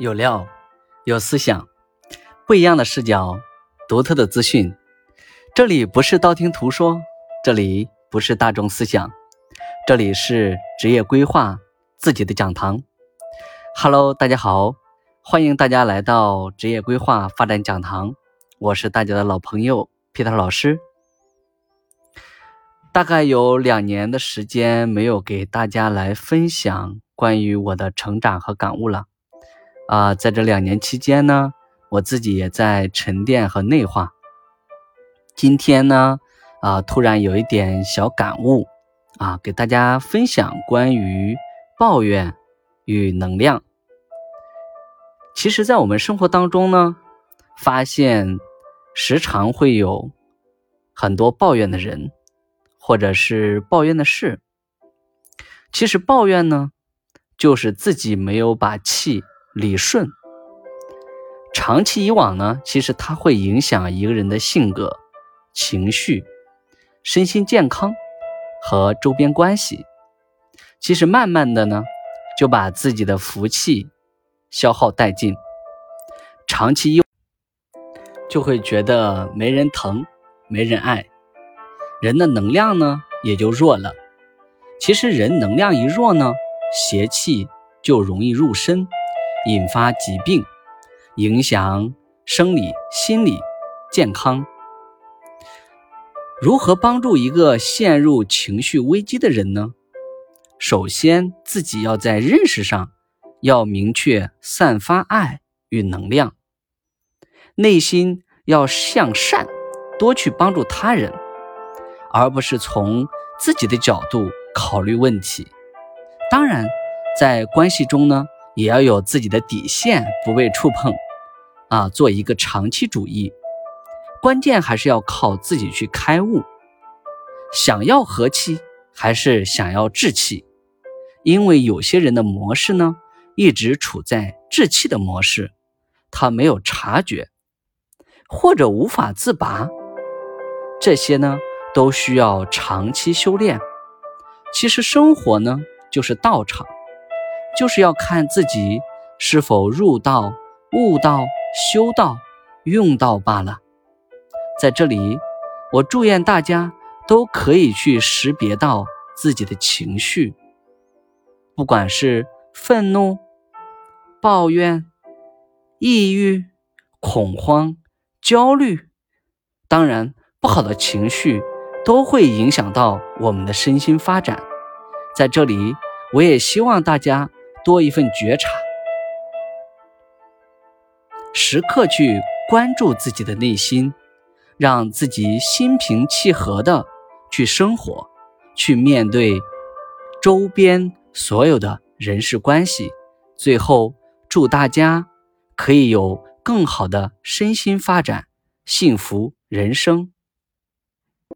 有料，有思想，不一样的视角，独特的资讯。这里不是道听途说，这里不是大众思想，这里是职业规划自己的讲堂。Hello， 大家好，欢迎大家来到职业规划发展讲堂，我是大家的老朋友 Peter 老师。大概有2年的时间没有给大家来分享关于我的成长和感悟了。在这2年期间呢，我自己也在沉淀和内化。今天呢，突然有一点小感悟，给大家分享关于抱怨与能量。其实在我们生活当中呢，发现时常会有很多抱怨的人，或者是抱怨的事。其实抱怨呢，就是自己没有把气理顺。长期以往呢，其实它会影响一个人的性格、情绪、身心健康和周边关系。其实慢慢的呢，就把自己的福气消耗殆尽。长期以往就会觉得没人疼，没人爱，人的能量呢也就弱了。其实人能量一弱呢，邪气就容易入身，引发疾病，影响生理、心理健康。如何帮助一个陷入情绪危机的人呢？首先自己要在认识上要明确散发爱与能量，内心要向善，多去帮助他人，而不是从自己的角度考虑问题。当然在关系中呢，也要有自己的底线，不被触碰，做一个长期主义。关键还是要靠自己去开悟，想要和气还是想要志气。因为有些人的模式呢，一直处在志气的模式，他没有察觉，或者无法自拔，这些呢都需要长期修炼。其实生活呢就是道场，就是要看自己是否入道、悟道、修道、用道罢了。在这里，我祝愿大家都可以去识别到自己的情绪，不管是愤怒、抱怨、抑郁、恐慌、焦虑，当然不好的情绪都会影响到我们的身心发展。在这里，我也希望大家多一份觉察，时刻去关注自己的内心，让自己心平气和的去生活，去面对周边所有的人事关系。最后，祝大家可以有更好的身心发展，幸福人生。